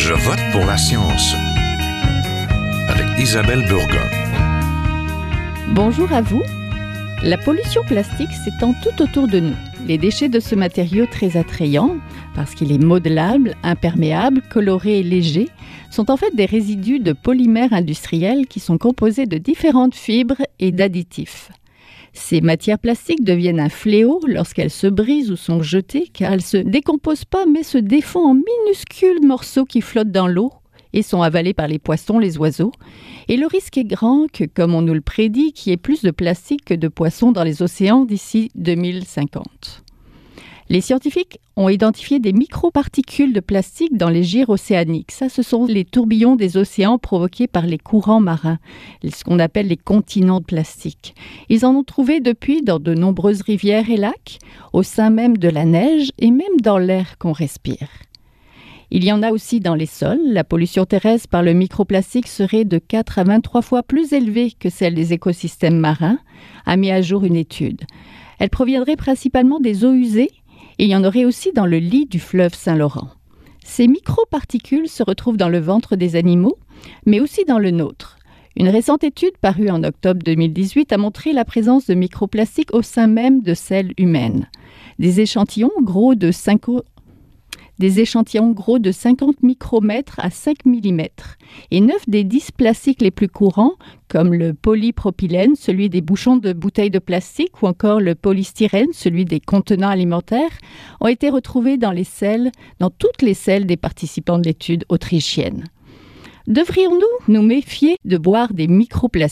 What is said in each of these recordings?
Je vote pour la science avec Isabelle Burgon. Bonjour à vous. La pollution plastique s'étend tout autour de nous. Les déchets de ce matériau très attrayant, parce qu'il est modelable, imperméable, coloré et léger, sont en fait des résidus de polymères industriels qui sont composés de différentes fibres et d'additifs. Ces matières plastiques deviennent un fléau lorsqu'elles se brisent ou sont jetées, car elles ne se décomposent pas mais se défont en minuscules morceaux qui flottent dans l'eau et sont avalés par les poissons, les oiseaux. Et le risque est grand que, comme on nous le prédit, qu'il y ait plus de plastique que de poissons dans les océans d'ici 2050. Les scientifiques ont identifié des microparticules de plastique dans les gyres océaniques. Ça, ce sont les tourbillons des océans provoqués par les courants marins, ce qu'on appelle les continents de plastique. Ils en ont trouvé depuis dans de nombreuses rivières et lacs, au sein même de la neige et même dans l'air qu'on respire. Il y en a aussi dans les sols. La pollution terrestre par le microplastique serait de 4 à 23 fois plus élevée que celle des écosystèmes marins, a mis à jour une étude. Elle proviendrait principalement des eaux usées et il y en aurait aussi dans le lit du fleuve Saint-Laurent. Ces microparticules se retrouvent dans le ventre des animaux, mais aussi dans le nôtre. Une récente étude parue en octobre 2018 a montré la présence de microplastiques au sein même de selles humaines. Des échantillons gros de 50 micromètres à 5 mm. Et 9 des 10 plastiques les plus courants, comme le polypropylène, celui des bouchons de bouteilles de plastique, ou encore le polystyrène, celui des contenants alimentaires, ont été retrouvés dans toutes les selles des participants de l'étude autrichienne. Devrions-nous nous méfier de boire des microplastiques ?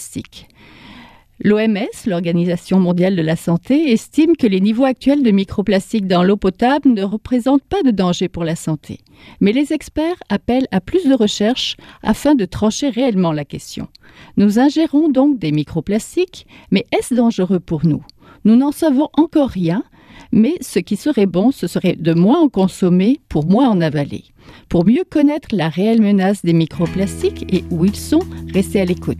L'OMS, l'Organisation mondiale de la santé, estime que les niveaux actuels de microplastiques dans l'eau potable ne représentent pas de danger pour la santé. Mais les experts appellent à plus de recherches afin de trancher réellement la question. Nous ingérons donc des microplastiques, mais est-ce dangereux pour nous ? Nous n'en savons encore rien, mais ce qui serait bon, ce serait de moins en consommer pour moins en avaler. Pour mieux connaître la réelle menace des microplastiques et où ils sont, restez à l'écoute.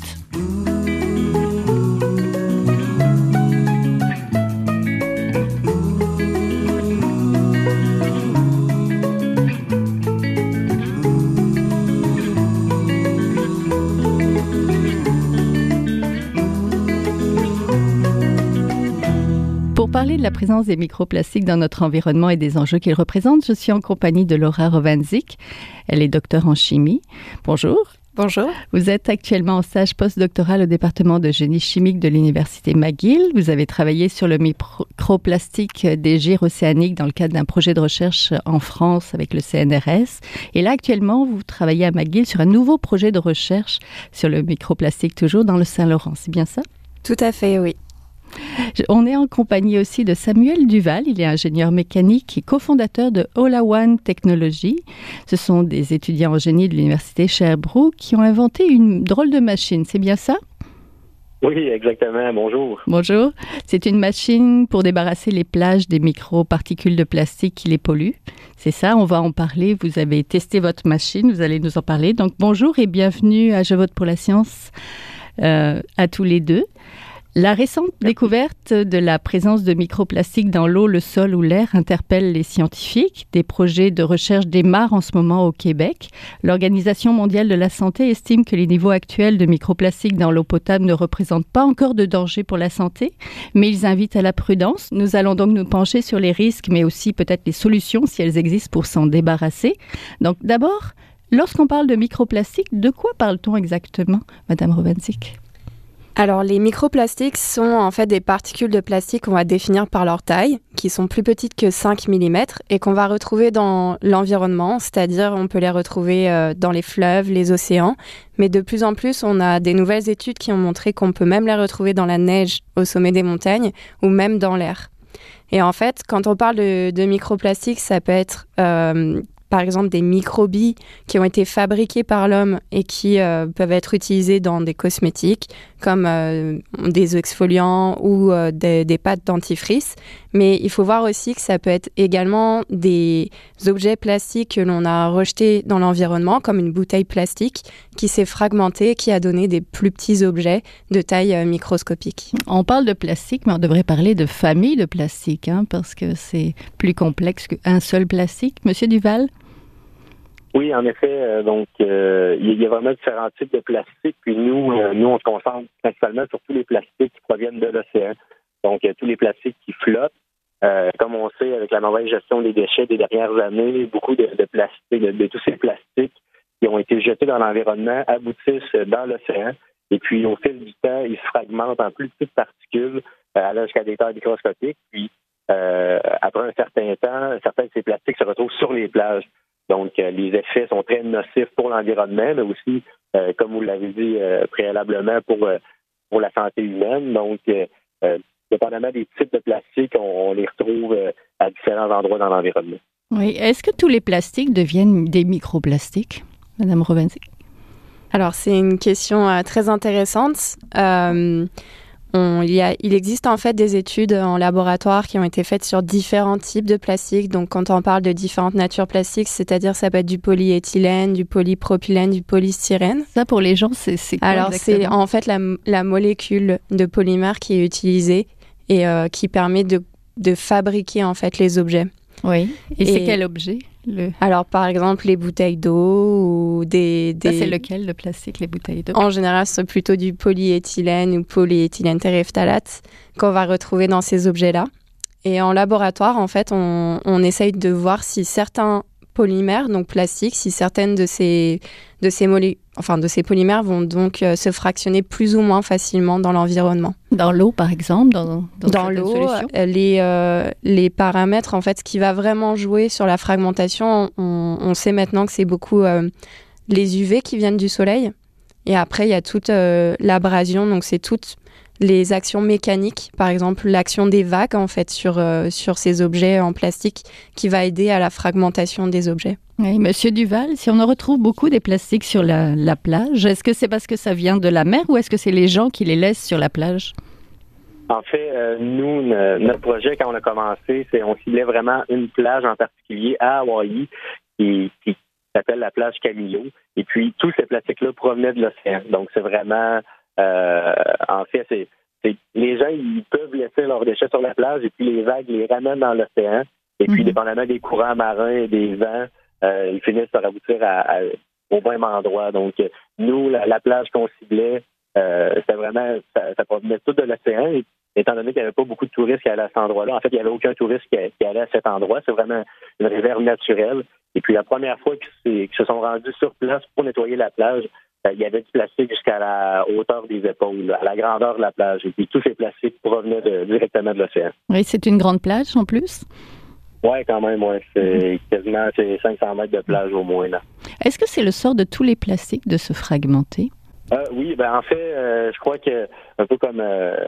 Pour parler de la présence des microplastiques dans notre environnement et des enjeux qu'ils représentent, je suis en compagnie de Laura Rovanzik. Elle est docteure en chimie. Bonjour. Bonjour. Vous êtes actuellement en stage postdoctoral au département de génie chimique de l'université McGill. Vous avez travaillé sur le microplastique des gyres océaniques dans le cadre d'un projet de recherche en France avec le CNRS. Et là, actuellement, vous travaillez à McGill sur un nouveau projet de recherche sur le microplastique, toujours dans le Saint-Laurent. C'est bien ça? Tout à fait, oui. On est en compagnie aussi de Samuel Duval. Il est ingénieur mécanique et cofondateur de Olawan Technologies. Ce sont des étudiants en génie de l'université Sherbrooke qui ont inventé une drôle de machine. C'est bien ça? Oui, exactement. Bonjour. Bonjour. C'est une machine pour débarrasser les plages des microparticules de plastique qui les polluent. C'est ça, on va en parler. Vous avez testé votre machine, vous allez nous en parler. Donc bonjour et bienvenue à Je vote pour la science à tous les deux. La récente découverte de la présence de microplastiques dans l'eau, le sol ou l'air interpelle les scientifiques. Des projets de recherche démarrent en ce moment au Québec. L'Organisation mondiale de la santé estime que les niveaux actuels de microplastiques dans l'eau potable ne représentent pas encore de danger pour la santé, mais ils invitent à la prudence. Nous allons donc nous pencher sur les risques, mais aussi peut-être les solutions, si elles existent, pour s'en débarrasser. Donc d'abord, lorsqu'on parle de microplastiques, de quoi parle-t-on exactement, Madame Rovanzik ? Alors, les microplastiques sont en fait des particules de plastique qu'on va définir par leur taille, qui sont plus petites que 5 mm et qu'on va retrouver dans l'environnement, c'est-à-dire on peut les retrouver dans les fleuves, les océans. Mais de plus en plus, on a des nouvelles études qui ont montré qu'on peut même les retrouver dans la neige au sommet des montagnes ou même dans l'air. Et en fait, quand on parle de microplastiques, ça peut être par exemple des microbilles qui ont été fabriquées par l'homme et qui peuvent être utilisées dans des cosmétiques comme des exfoliants ou des pâtes dentifrice. Mais il faut voir aussi que ça peut être également des objets plastiques que l'on a rejetés dans l'environnement, comme une bouteille plastique qui s'est fragmentée, qui a donné des plus petits objets de taille microscopique. On parle de plastique, mais on devrait parler de famille de plastique, parce que c'est plus complexe qu'un seul plastique. Monsieur Duval? Oui, en effet. Il y a vraiment différents types de plastiques. Puis nous, on se concentre principalement sur tous les plastiques qui proviennent de l'océan. Donc, tous les plastiques qui flottent. Comme on sait, avec la mauvaise gestion des déchets des dernières années, beaucoup de plastiques, de tous ces plastiques qui ont été jetés dans l'environnement aboutissent dans l'océan. Et puis, au fil du temps, ils se fragmentent en plus petites particules, allant jusqu'à des tailles microscopiques. Puis, après un certain temps, certains de ces plastiques se retrouvent sur les plages. Donc, les effets sont très nocifs pour l'environnement, mais aussi, comme vous l'avez dit préalablement, pour la santé humaine. Donc, dépendamment des types de plastiques, on les retrouve à différents endroits dans l'environnement. Oui. Est-ce que tous les plastiques deviennent des microplastiques, Madame Rovanczyk? Alors, c'est une question très intéressante. Il existe en fait des études en laboratoire qui ont été faites sur différents types de plastiques. Donc, quand on parle de différentes natures plastiques, c'est-à-dire ça peut être du polyéthylène, du polypropylène, du polystyrène. Ça, pour les gens, c'est quoi? Alors, exactement? c'est en fait la molécule de polymère qui est utilisée et qui permet de fabriquer en fait les objets. Oui. Et c'est quel objet? Alors, par exemple, les bouteilles d'eau ou des... Ça, c'est lequel, le plastique, les bouteilles d'eau? En général, c'est plutôt du polyéthylène ou polyéthylène terephthalate qu'on va retrouver dans ces objets-là. Et en laboratoire, en fait, on essaye de voir si certains polymères, donc plastiques, si certaines de ces polymères vont donc se fractionner plus ou moins facilement dans l'environnement. Dans l'eau, par exemple, dans l'eau, les paramètres, en fait, ce qui va vraiment jouer sur la fragmentation, on sait maintenant que c'est beaucoup les UV qui viennent du soleil. Et après, il y a toute l'abrasion, donc c'est toutes les actions mécaniques, par exemple l'action des vagues en fait sur ces objets en plastique qui va aider à la fragmentation des objets. Oui, Monsieur Duval, si on en retrouve beaucoup des plastiques sur la plage, est-ce que c'est parce que ça vient de la mer ou est-ce que c'est les gens qui les laissent sur la plage? En fait, nous, notre projet, quand on a commencé, on ciblait vraiment une plage en particulier à Hawaï qui s'appelle la plage Camillo. Et puis, tous ces plastiques-là provenaient de l'océan. Donc, c'est vraiment... en fait, c'est les gens, ils peuvent laisser leurs déchets sur la plage et puis les vagues les ramènent dans l'océan. Et puis, dépendamment des courants marins et des vents, ils finissent par aboutir au même endroit. Donc, nous, la plage qu'on ciblait, c'était vraiment, ça provenait tout de l'océan. Et, étant donné qu'il n'y avait pas beaucoup de touristes qui allaient à cet endroit-là, en fait, il n'y avait aucun touriste qui allait à cet endroit. C'est vraiment une rivière naturelle. Et puis, la première fois qu'ils se sont rendus sur place pour nettoyer la plage, il y avait du plastique jusqu'à la hauteur des épaules, à la grandeur de la plage. Et puis, tous ces plastiques provenaient directement de l'océan. Oui, c'est une grande plage en plus? Oui, quand même, ouais. C'est quasiment 500 mètres de plage au moins, là. Est-ce que c'est le sort de tous les plastiques de se fragmenter? Oui, en fait, je crois que, un peu comme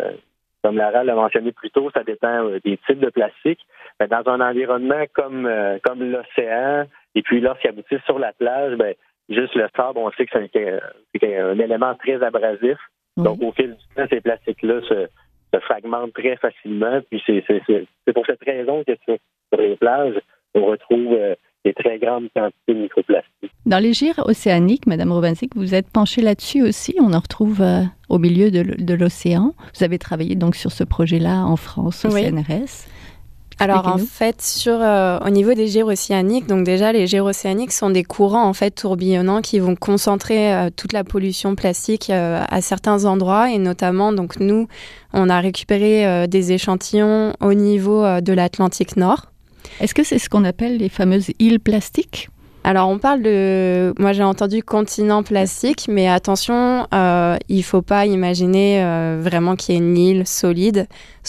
Lara l'a mentionné plus tôt, ça dépend des types de plastique. Mais dans un environnement comme l'océan, et puis lorsqu'il aboutit sur la plage, juste le sable, on sait que c'est un élément très abrasif. Oui. Donc, au fil du temps, ces plastiques-là se fragmentent très facilement. Puis, c'est pour cette raison que sur les plages, on retrouve des très grandes quantités de microplastiques. Dans les gyres océaniques, Madame Rovanczyk, vous êtes penchée là-dessus aussi. On en retrouve au milieu de l'océan. Vous avez travaillé donc sur ce projet-là en France, au CNRS. Alors en fait, au niveau des gyres océaniques, donc déjà les gyres océaniques sont des courants en fait tourbillonnants qui vont concentrer toute la pollution plastique à certains endroits et notamment donc nous on a récupéré des échantillons au niveau de l'Atlantique Nord. Est-ce que c'est ce qu'on appelle les fameuses îles plastiques ? Alors, on parle moi j'ai entendu continent plastique, mais attention, il ne faut pas imaginer vraiment qu'il y ait une île solide.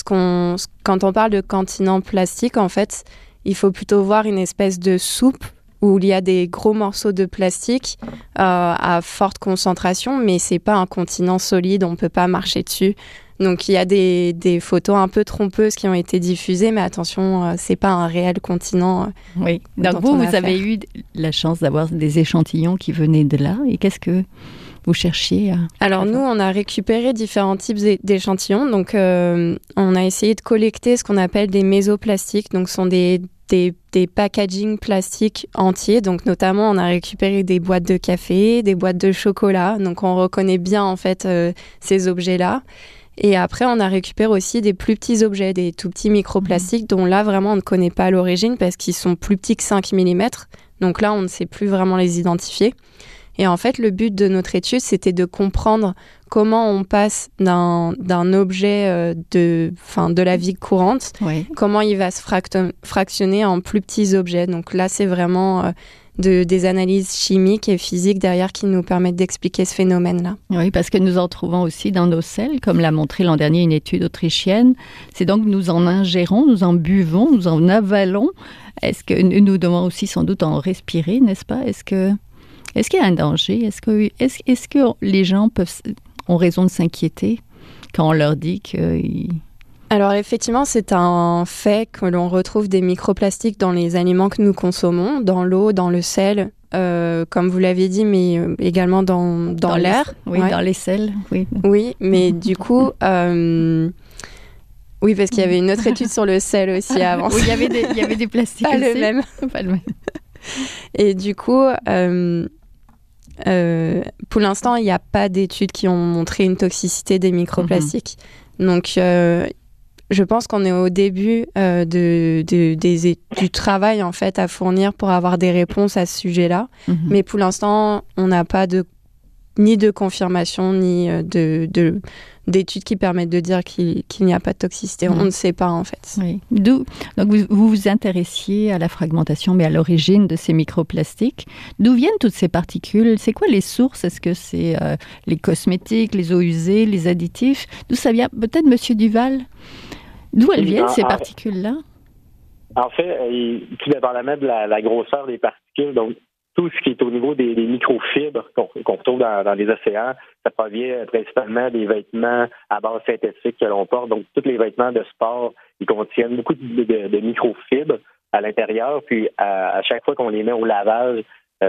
Quand on parle de continent plastique, en fait, il faut plutôt voir une espèce de soupe où il y a des gros morceaux de plastique à forte concentration, mais ce n'est pas un continent solide, on ne peut pas marcher dessus. Donc, il y a des photos un peu trompeuses qui ont été diffusées, mais attention, c'est pas un réel continent. Oui. Donc, vous avez eu la chance d'avoir des échantillons qui venaient de là. Et qu'est-ce que vous cherchiez à... Alors, nous, on a récupéré différents types d'échantillons. Donc, on a essayé de collecter ce qu'on appelle des mésoplastiques. Donc, ce sont des packaging plastiques entiers. Donc, notamment, on a récupéré des boîtes de café, des boîtes de chocolat. Donc, on reconnaît bien, en fait, ces objets-là. Et après, on a récupéré aussi des plus petits objets, des tout petits microplastiques dont là, vraiment, on ne connaît pas l'origine parce qu'ils sont plus petits que 5 mm. Donc là, on ne sait plus vraiment les identifier. Et en fait, le but de notre étude, c'était de comprendre comment on passe d'un objet de la vie courante, comment il va se fractionner en plus petits objets. Donc là, c'est vraiment des analyses chimiques et physiques derrière qui nous permettent d'expliquer ce phénomène-là. Oui, parce que nous en trouvons aussi dans nos selles, comme l'a montré l'an dernier une étude autrichienne. C'est donc nous en ingérons, nous en buvons, nous en avalons. Est-ce que nous devons aussi sans doute en respirer, n'est-ce pas? Est-ce qu'il y a un danger? Est-ce que les gens ont raison de s'inquiéter quand on leur dit que... Alors effectivement, c'est un fait que l'on retrouve des microplastiques dans les aliments que nous consommons, dans l'eau, dans le sel, comme vous l'avez dit, mais également dans l'air. Dans les sels, oui. Oui, mais du coup... Oui, parce qu'il y avait une autre étude sur le sel aussi avant. Oui, il y avait des plastiques Pas aussi. Pas le même. Et du coup... pour l'instant, il n'y a pas d'études qui ont montré une toxicité des microplastiques. Donc, je pense qu'on est au début du travail en fait à fournir pour avoir des réponses à ce sujet-là. Mais pour l'instant, on n'a pas ni de confirmation ni d'études qui permettent de dire qu'il n'y a pas de toxicité. On ne sait pas en fait. Oui. Donc vous vous intéressiez à la fragmentation, mais à l'origine de ces microplastiques. D'où viennent toutes ces particules? C'est quoi les sources? Est-ce que c'est les cosmétiques, les eaux usées, les additifs? D'où ça vient? Peut-être Monsieur Duval? D'où elles viennent ces particules-là? En fait, tout dépendamment de la grosseur des particules, donc tout ce qui est au niveau des microfibres qu'on retrouve dans les océans, ça provient principalement des vêtements à base synthétique que l'on porte. Donc, tous les vêtements de sport, ils contiennent beaucoup de microfibres à l'intérieur. Puis, à chaque fois qu'on les met au lavage,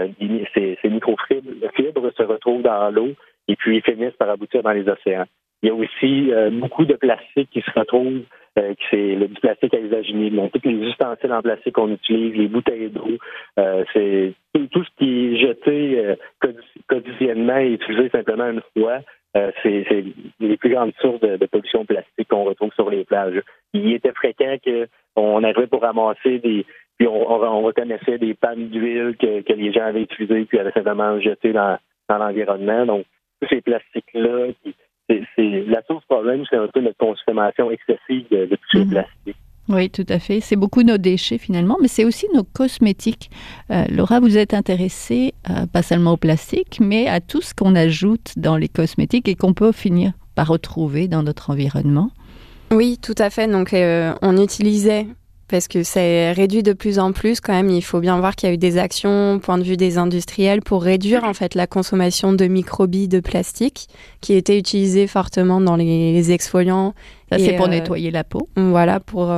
ces microfibres se retrouvent dans l'eau et puis finissent par aboutir dans les océans. Il y a aussi beaucoup de plastique qui se retrouvent, c'est du plastique à usage unique. Donc, tous les ustensiles en plastique qu'on utilise, les bouteilles d'eau, c'est tout ce qui est jeté quotidiennement et utilisé simplement une fois. C'est les plus grandes sources de pollution plastique qu'on retrouve sur les plages. Il était fréquent qu'on arrivait pour ramasser puis on reconnaissait des pannes d'huile que les gens avaient utilisées puis avaient simplement jetées dans l'environnement. Donc, tous ces plastiques-là, c'est la source du problème, c'est un peu notre consommation excessive de tous ces plastiques. Oui, tout à fait. C'est beaucoup nos déchets finalement, mais c'est aussi nos cosmétiques. Laura, vous êtes intéressée pas seulement au plastique, mais à tout ce qu'on ajoute dans les cosmétiques et qu'on peut finir par retrouver dans notre environnement. Oui, tout à fait. Donc, on utilisait, parce que c'est réduit de plus en plus quand même, il faut bien voir qu'il y a eu des actions au point de vue des industriels pour réduire en fait la consommation de microbilles de plastique qui étaient utilisées fortement dans les exfoliants. Ça, c'est pour nettoyer la peau. Voilà, pour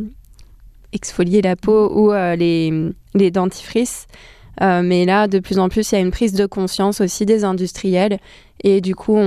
exfolier la peau ou les dentifrices. Mais là, de plus en plus, il y a une prise de conscience aussi des industriels et du coup,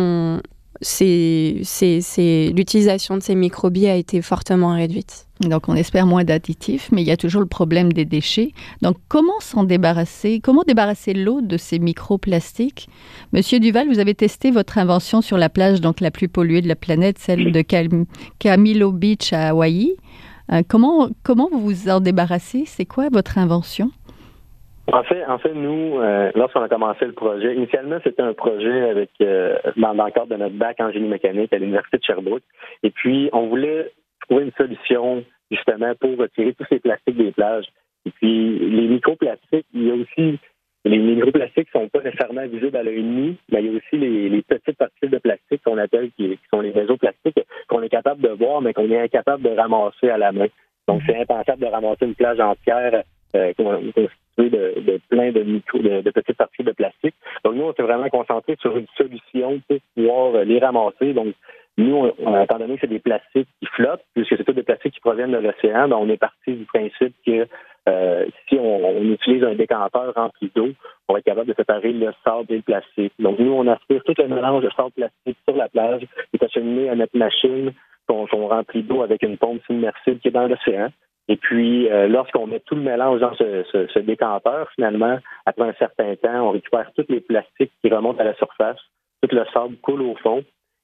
l'utilisation de ces microbilles a été fortement réduite. Donc, on espère moins d'additifs, mais il y a toujours le problème des déchets. Donc, comment s'en débarrasser? Comment débarrasser l'eau de ces microplastiques? Monsieur Duval, vous avez testé votre invention sur la plage donc la plus polluée de la planète, celle de Camilo Beach à Hawaï. Comment vous vous en débarrassez? C'est quoi votre invention? En fait, nous, lorsqu'on a commencé le projet, initialement, c'était un projet avec dans le cadre de notre bac en génie mécanique à l'Université de Sherbrooke. Et puis, on voulait trouver une solution, justement, pour retirer tous ces plastiques des plages. Et puis, les microplastiques, il y a aussi... Les microplastiques ne sont pas nécessairement visibles à l'œil nu, mais il y a aussi les petites particules de plastique qu'on appelle, qui sont les mésoplastiques, qu'on est capable de voir, mais qu'on est incapable de ramasser à la main. Donc, c'est impensable de ramasser une plage entière constituée de plein de petites parties de plastique. Donc, nous, on s'est vraiment concentré sur une solution pour pouvoir les ramasser. Donc, nous, étant donné que c'est des plastiques qui flottent, puisque c'est tous des plastiques qui proviennent de l'océan, on est parti du principe que si on utilise un décanteur rempli d'eau, on va être capable de séparer le sable et le plastique. Donc, nous, on aspire tout un mélange de sable plastique sur la plage qui est acheminé à notre machine qu'on remplit d'eau avec une pompe submersible qui est dans l'océan. Et puis, lorsqu'on met tout le mélange dans ce décanteur, finalement, après un certain temps, on récupère tous les plastiques qui remontent à la surface, tout le sable coule au fond.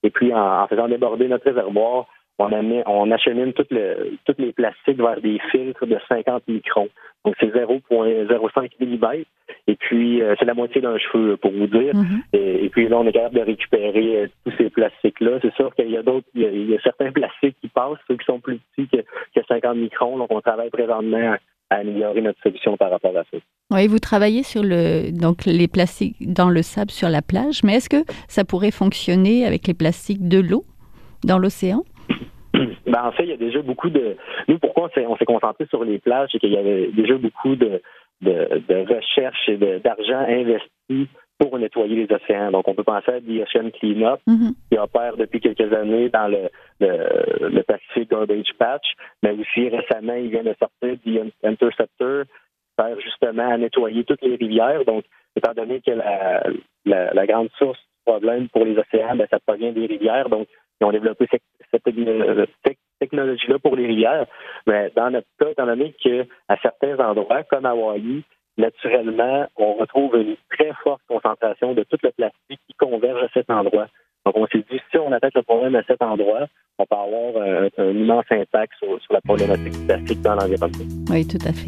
Et puis, en faisant déborder notre réservoir, on achemine tous les plastiques vers des filtres de 50 microns. Donc, c'est 0,05 mm. Et puis, c'est la moitié d'un cheveu, pour vous dire. Et puis là, on est capable de récupérer tous ces plastiques-là. C'est sûr qu'il y a il y a certains plastiques qui passent, ceux qui sont plus petits que 50 microns. Donc, on travaille présentement à améliorer notre solution par rapport à ça. Oui, vous travaillez sur les plastiques dans le sable sur la plage, mais est-ce que ça pourrait fonctionner avec les plastiques de l'eau dans l'océan? En fait, il y a déjà beaucoup de... Nous, pourquoi on s'est concentré sur les plages, c'est qu'il y avait déjà beaucoup de recherche et d'argent investi pour nettoyer les océans. Donc, on peut penser à The Ocean Cleanup, qui opère depuis quelques années dans le Pacific Garbage Patch, mais aussi récemment, il vient de sortir The Interceptor, qui sert justement à nettoyer toutes les rivières. Donc, étant donné que la grande source du problème pour les océans, ça provient des rivières. Donc, ils ont développé cette technologie-là pour les rivières. Mais dans notre cas, étant donné qu'à certains endroits, comme Hawaï, naturellement, on retrouve une très forte concentration de tout le plastique qui converge à cet endroit. Donc, on s'est dit, si on attaque le problème à cet endroit, on peut avoir un immense impact sur la problématique du plastique dans l'environnement. Oui, tout à fait.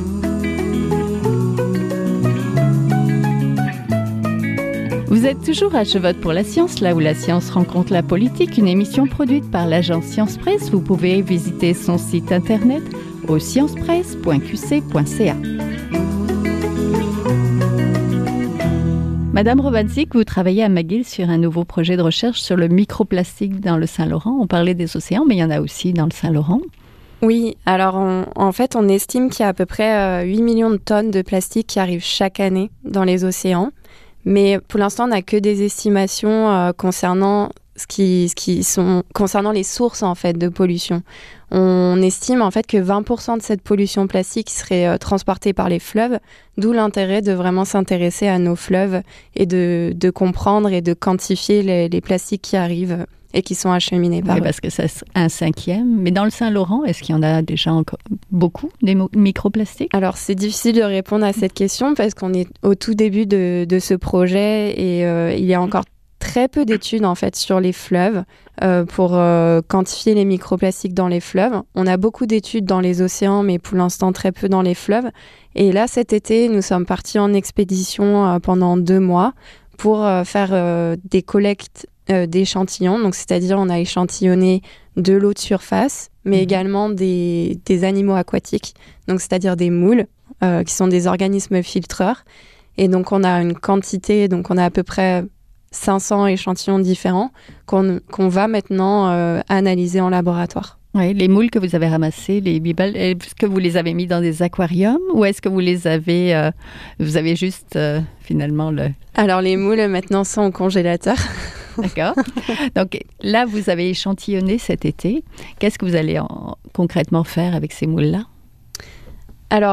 Vous êtes toujours à Je vote pour la science, là où la science rencontre la politique, une émission produite par l'agence Science Presse. Vous pouvez visiter son site internet au sciencepresse.qc.ca. Madame Rowadzik, vous travaillez à McGill sur un nouveau projet de recherche sur le microplastique dans le Saint-Laurent. On parlait des océans, mais il y en a aussi dans le Saint-Laurent. Oui, alors en fait, on estime qu'il y a à peu près 8 millions de tonnes de plastique qui arrivent chaque année dans les océans. Mais pour l'instant, on n'a que des estimations concernant concernant les sources en fait de pollution. On estime en fait que 20% de cette pollution plastique serait transportée par les fleuves, d'où l'intérêt de vraiment s'intéresser à nos fleuves et de comprendre et de quantifier les plastiques qui arrivent et qui sont acheminés par eux. Parce que c'est un cinquième. Mais dans le Saint-Laurent, est-ce qu'il y en a déjà encore beaucoup, des microplastiques? Alors, c'est difficile de répondre à cette question parce qu'on est au tout début de ce projet et il y a encore très peu d'études en fait sur les fleuves pour quantifier les microplastiques dans les fleuves. On a beaucoup d'études dans les océans, mais pour l'instant très peu dans les fleuves. Et là, cet été, nous sommes partis en expédition pendant 2 mois pour faire des collectes d'échantillons. Donc, c'est-à-dire, on a échantillonné de l'eau de surface, mais également des animaux aquatiques. Donc, c'est-à-dire des moules, qui sont des organismes filtreurs. Et donc, on a une quantité, donc on a à peu près 500 échantillons différents qu'on va maintenant analyser en laboratoire. Oui, les moules que vous avez ramassés, les bivalves, est-ce que vous les avez mis dans des aquariums ou est-ce que vous les avez, vous avez juste finalement Alors les moules maintenant sont au congélateur. D'accord. Donc là, vous avez échantillonné cet été. Qu'est-ce que vous allez concrètement faire avec ces moules-là? Alors,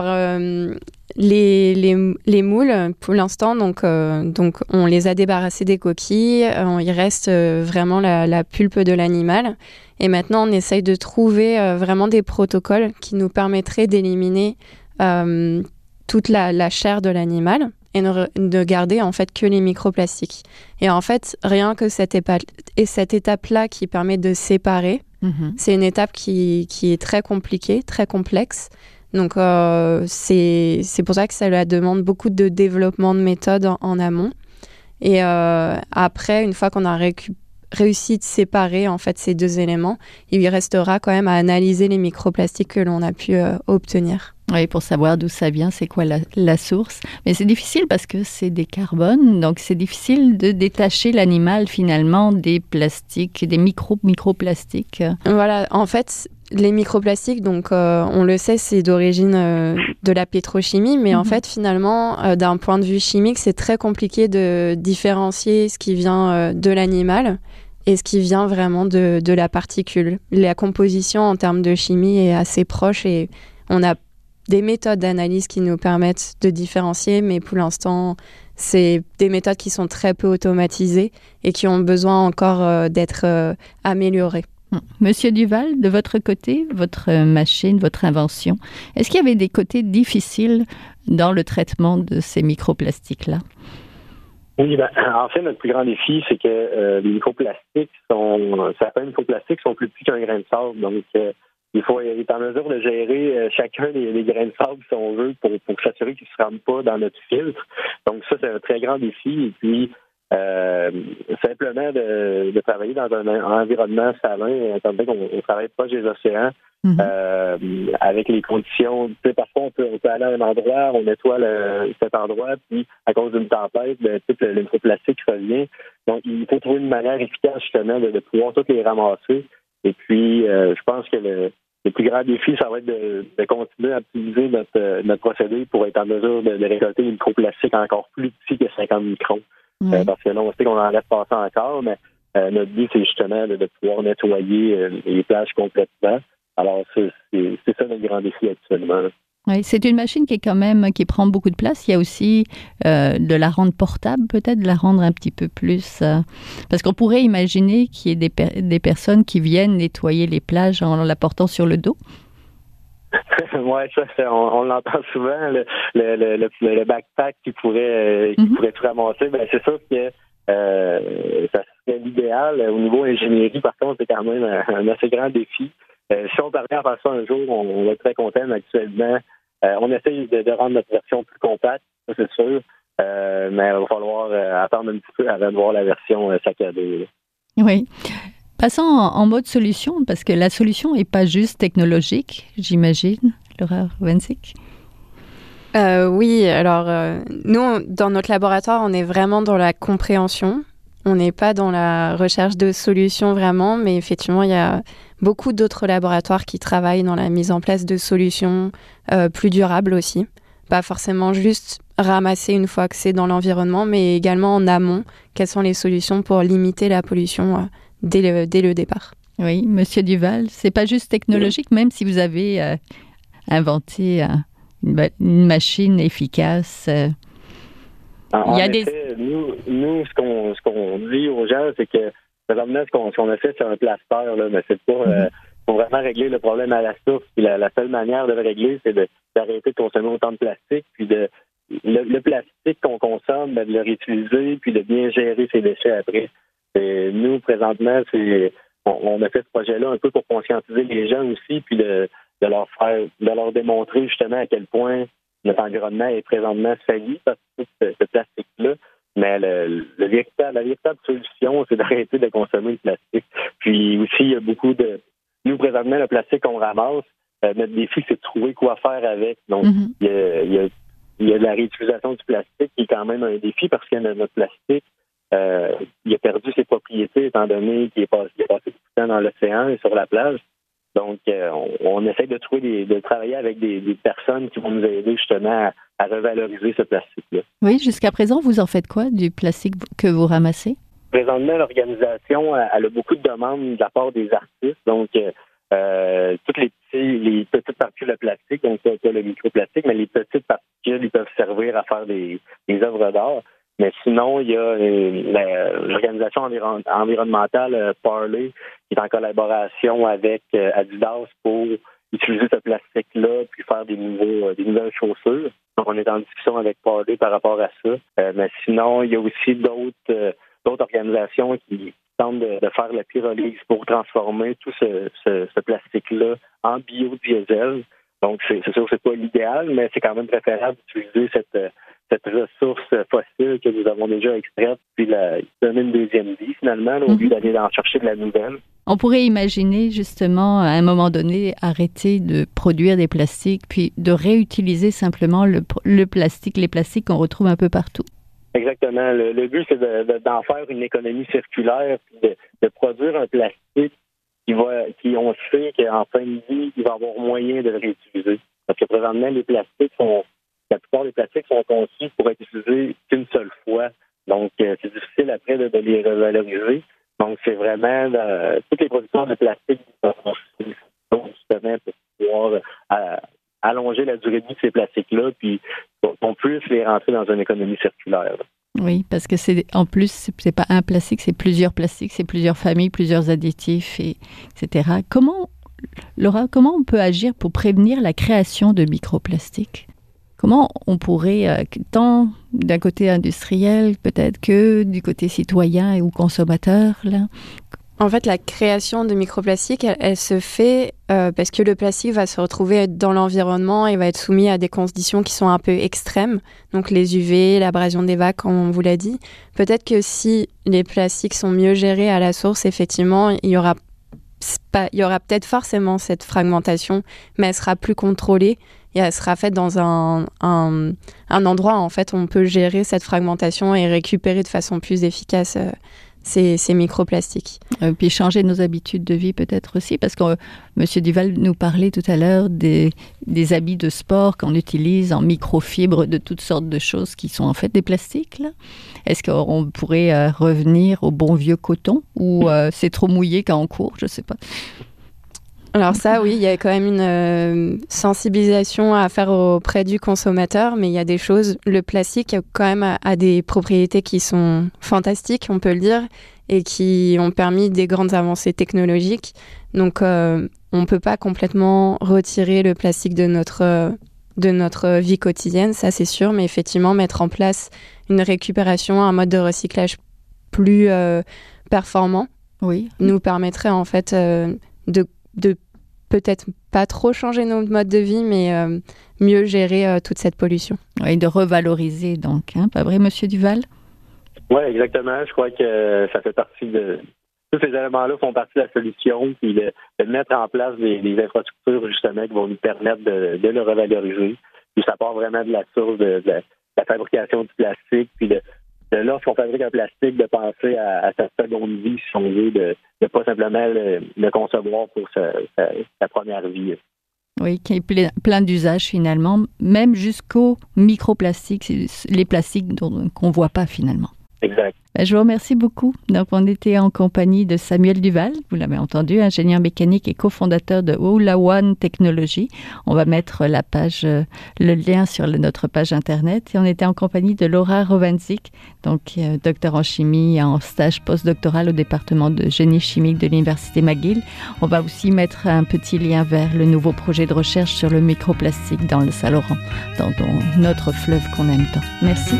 les moules, pour l'instant, donc on les a débarrassés des coquilles. Il reste vraiment la pulpe de l'animal. Et maintenant, on essaye de trouver vraiment des protocoles qui nous permettraient d'éliminer toute la chair de l'animal et de garder en fait que les microplastiques. Et en fait, rien que cette étape-là qui permet de séparer, c'est une étape qui est très compliquée, très complexe. Donc, c'est pour ça que ça demande beaucoup de développement de méthodes en amont. Et après, une fois qu'on a réussi de séparer en fait ces 2 éléments, il lui restera quand même à analyser les microplastiques que l'on a pu obtenir. Oui, pour savoir d'où ça vient, c'est quoi la source. Mais c'est difficile parce que c'est des carbones, donc c'est difficile de détacher l'animal finalement des plastiques, des microplastiques. Voilà, en fait, les microplastiques, donc on le sait, c'est d'origine de la pétrochimie, mais en fait, finalement, d'un point de vue chimique, c'est très compliqué de différencier ce qui vient de l'animal et ce qui vient vraiment de la particule. La composition en termes de chimie est assez proche et on a des méthodes d'analyse qui nous permettent de différencier, mais pour l'instant, c'est des méthodes qui sont très peu automatisées et qui ont besoin encore d'être améliorées. Monsieur Duval, de votre côté, votre machine, votre invention, est-ce qu'il y avait des côtés difficiles dans le traitement de ces microplastiques-là? Oui, en fait, notre plus grand défi, c'est que les microplastiques certains microplastiques sont plus petits qu'un grain de sable. Donc, il faut être en mesure de gérer chacun des grains de sable, si on veut, pour s'assurer qu'ils ne se rendent pas dans notre filtre. Donc, ça, c'est un très grand défi. Et puis, simplement de travailler dans un environnement salin, étant donné qu'on travaille proche des océans, avec les conditions. Tu sais, parfois, on peut aller à un endroit, on nettoie cet endroit, puis à cause d'une tempête, tout le microplastique revient. Donc, il faut trouver une manière efficace, justement, de pouvoir toutes les ramasser. Et puis, je pense que le plus grand défi, ça va être de continuer à utiliser notre procédé pour être en mesure de récolter des microplastiques encore plus petits que 50 microns. Parce que là, on sait qu'on en laisse passer encore, mais notre but, c'est justement de pouvoir nettoyer les plages complètement. Alors, c'est ça notre grand défi actuellement. Oui, c'est une machine qui prend beaucoup de place. Il y a aussi de la rendre portable, peut-être, de la rendre un petit peu plus... parce qu'on pourrait imaginer qu'il y ait des personnes qui viennent nettoyer les plages en la portant sur le dos. Oui, ça, on l'entend souvent, le backpack qui pourrait tout ramasser. Ben, c'est sûr que ça serait l'idéal. Au niveau ingénierie, par contre, c'est quand même un assez grand défi. Si on parvient à faire ça un jour, on va être très content. Mais actuellement, on essaye de rendre notre version plus compacte, ça c'est sûr. Mais il va falloir attendre un petit peu avant de voir la version saccadée. Oui. Passons en mode solution, parce que la solution n'est pas juste technologique, j'imagine, Laura Wensick. Oui, alors nous, dans notre laboratoire, on est vraiment dans la compréhension. On n'est pas dans la recherche de solutions vraiment, mais effectivement, il y a beaucoup d'autres laboratoires qui travaillent dans la mise en place de solutions plus durables aussi. Pas forcément juste ramasser une fois que c'est dans l'environnement, mais également en amont, quelles sont les solutions pour limiter la pollution dès le départ. Oui, Monsieur Duval, c'est pas juste technologique, même si vous avez inventé une machine efficace. En effet, nous, ce qu'on dit aux gens, c'est que présentement, ce qu'on a fait, c'est un plaster, là, mais c'est pas pour vraiment régler le problème à la source. Puis la seule manière de le régler, c'est d'arrêter de consommer autant de plastique, puis le plastique qu'on consomme, de le réutiliser, puis de bien gérer ses déchets après. Et nous, présentement, on a fait ce projet-là un peu pour conscientiser les gens aussi, puis de leur démontrer justement à quel point notre environnement est présentement sali par ce plastique-là. Mais la véritable solution, c'est d'arrêter de consommer le plastique. Puis aussi, il y a beaucoup de... Nous, présentement, le plastique qu'on ramasse, notre défi, c'est de trouver quoi faire avec. Donc, il y a de la réutilisation du plastique qui est quand même un défi parce que notre plastique, il a perdu ses propriétés étant donné qu'il est passé beaucoup de temps dans l'océan et sur la plage. Donc, on essaie de travailler avec des personnes qui vont nous aider justement à revaloriser ce plastique-là. Oui, jusqu'à présent, vous en faites quoi du plastique que vous ramassez? Présentement, l'organisation elle a beaucoup de demandes de la part des artistes. Donc, toutes les petites particules de plastique, donc pas le microplastique, mais les petites particules, ils peuvent servir à faire des œuvres d'art. Mais sinon, il y a l'organisation environnementale Parley qui est en collaboration avec Adidas pour utiliser ce plastique-là puis faire des nouvelles chaussures. Donc, on est en discussion avec Parley par rapport à ça. Mais sinon, il y a aussi d'autres organisations qui tentent de faire la pyrolyse pour transformer tout ce plastique-là en biodiesel. Donc, c'est sûr que c'est pas l'idéal, mais c'est quand même préférable d'utiliser cette ressource fossile que nous avons déjà extraite, puis donner une deuxième vie, finalement, au lieu d'aller en chercher de la nouvelle. On pourrait imaginer, justement, à un moment donné, arrêter de produire des plastiques, puis de réutiliser simplement le plastique, les plastiques qu'on retrouve un peu partout. Exactement. Le but, c'est d'en faire une économie circulaire, puis de produire un plastique qui on sait qu'en fin de vie, il va avoir moyen de le réutiliser. Parce que présentement, la plupart des plastiques sont conçus pour être utilisés qu'une seule fois. Donc, c'est difficile après de les revaloriser. Donc, c'est vraiment toutes les productions de plastique qui sont conçues justement pour pouvoir allonger la durée de vie de ces plastiques-là, puis qu'on puisse les rentrer dans une économie circulaire. Oui, parce que en plus, c'est pas un plastique, c'est plusieurs plastiques, c'est plusieurs familles, plusieurs additifs, etc. Laura, comment on peut agir pour prévenir la création de microplastiques? comment on pourrait, tant d'un côté industriel peut-être que du côté citoyen ou consommateur, là? En fait, la création de microplastiques, elle se fait parce que le plastique va se retrouver dans l'environnement et va être soumis à des conditions qui sont un peu extrêmes. Donc les UV, l'abrasion des vagues, comme on vous l'a dit. Peut-être que si les plastiques sont mieux gérés à la source, effectivement, il y aura peut-être forcément cette fragmentation, mais elle sera plus contrôlée et elle sera faite dans un endroit en fait où on peut gérer cette fragmentation et récupérer de façon plus efficace ces microplastiques. Puis changer nos habitudes de vie peut-être aussi, parce que M. Duval nous parlait tout à l'heure des habits de sport qu'on utilise en microfibres de toutes sortes de choses qui sont en fait des plastiques, là. Est-ce qu'on pourrait revenir au bon vieux coton ou c'est trop mouillé quand on court? Je ne sais pas. Alors ça, oui, il y a quand même une sensibilisation à faire auprès du consommateur, mais il y a des choses, le plastique quand même a des propriétés qui sont fantastiques, on peut le dire, et qui ont permis des grandes avancées technologiques. Donc on ne peut pas complètement retirer le plastique de notre vie quotidienne, ça c'est sûr, mais effectivement mettre en place une récupération, un mode de recyclage plus performant, oui, nous permettrait en fait de peut-être pas trop changer notre mode de vie, mais mieux gérer toute cette pollution. Oui, de revaloriser donc, hein, pas vrai, Monsieur Duval? Oui, exactement. Je crois que ça fait partie de... Tous ces éléments-là font partie de la solution, puis de mettre en place des infrastructures, justement, qui vont nous permettre de le revaloriser. Puis ça part vraiment de la source de la fabrication du plastique, puis de lorsqu'on fabrique un plastique, de penser à sa seconde vie, si on veut, de pas simplement le concevoir pour sa première vie. Oui, qui est plein d'usages finalement, même jusqu'aux microplastiques, les plastiques qu'on ne voit pas finalement. Exact. Je vous remercie beaucoup. Donc, on était en compagnie de Samuel Duval, vous l'avez entendu, ingénieur mécanique et cofondateur de Hula One Technology. On va mettre le lien sur notre page Internet. Et on était en compagnie de Laura Rovanzik, donc docteur en chimie en stage postdoctoral au département de génie chimique de l'Université McGill. On va aussi mettre un petit lien vers le nouveau projet de recherche sur le microplastique dans le Saint-Laurent, dans notre fleuve qu'on aime tant. Merci.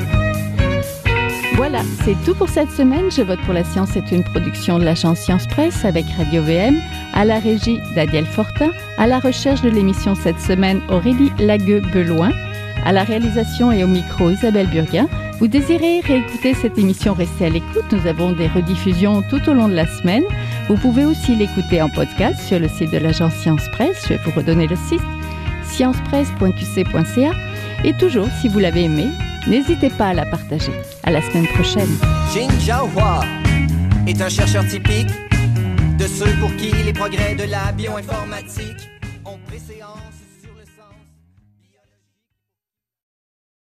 Voilà, c'est tout pour cette semaine. Je vote pour la science est une production de l'agence Science Presse avec Radio VM, à la régie Daniel Fortin, à la recherche de l'émission cette semaine Aurélie Lagueux-Beloin, à la réalisation et au micro Isabelle Burguin. Vous désirez réécouter cette émission, restez à l'écoute. Nous avons des rediffusions tout au long de la semaine. Vous pouvez aussi l'écouter en podcast sur le site de l'agence Science Presse. Je vais vous redonner le site sciencepresse.qc.ca. Et toujours, si vous l'avez aimé, n'hésitez pas à la partager. À la semaine prochaine. Jin Jiahua est un chercheur typique de ceux pour qui les progrès de la bioinformatique ont préséance.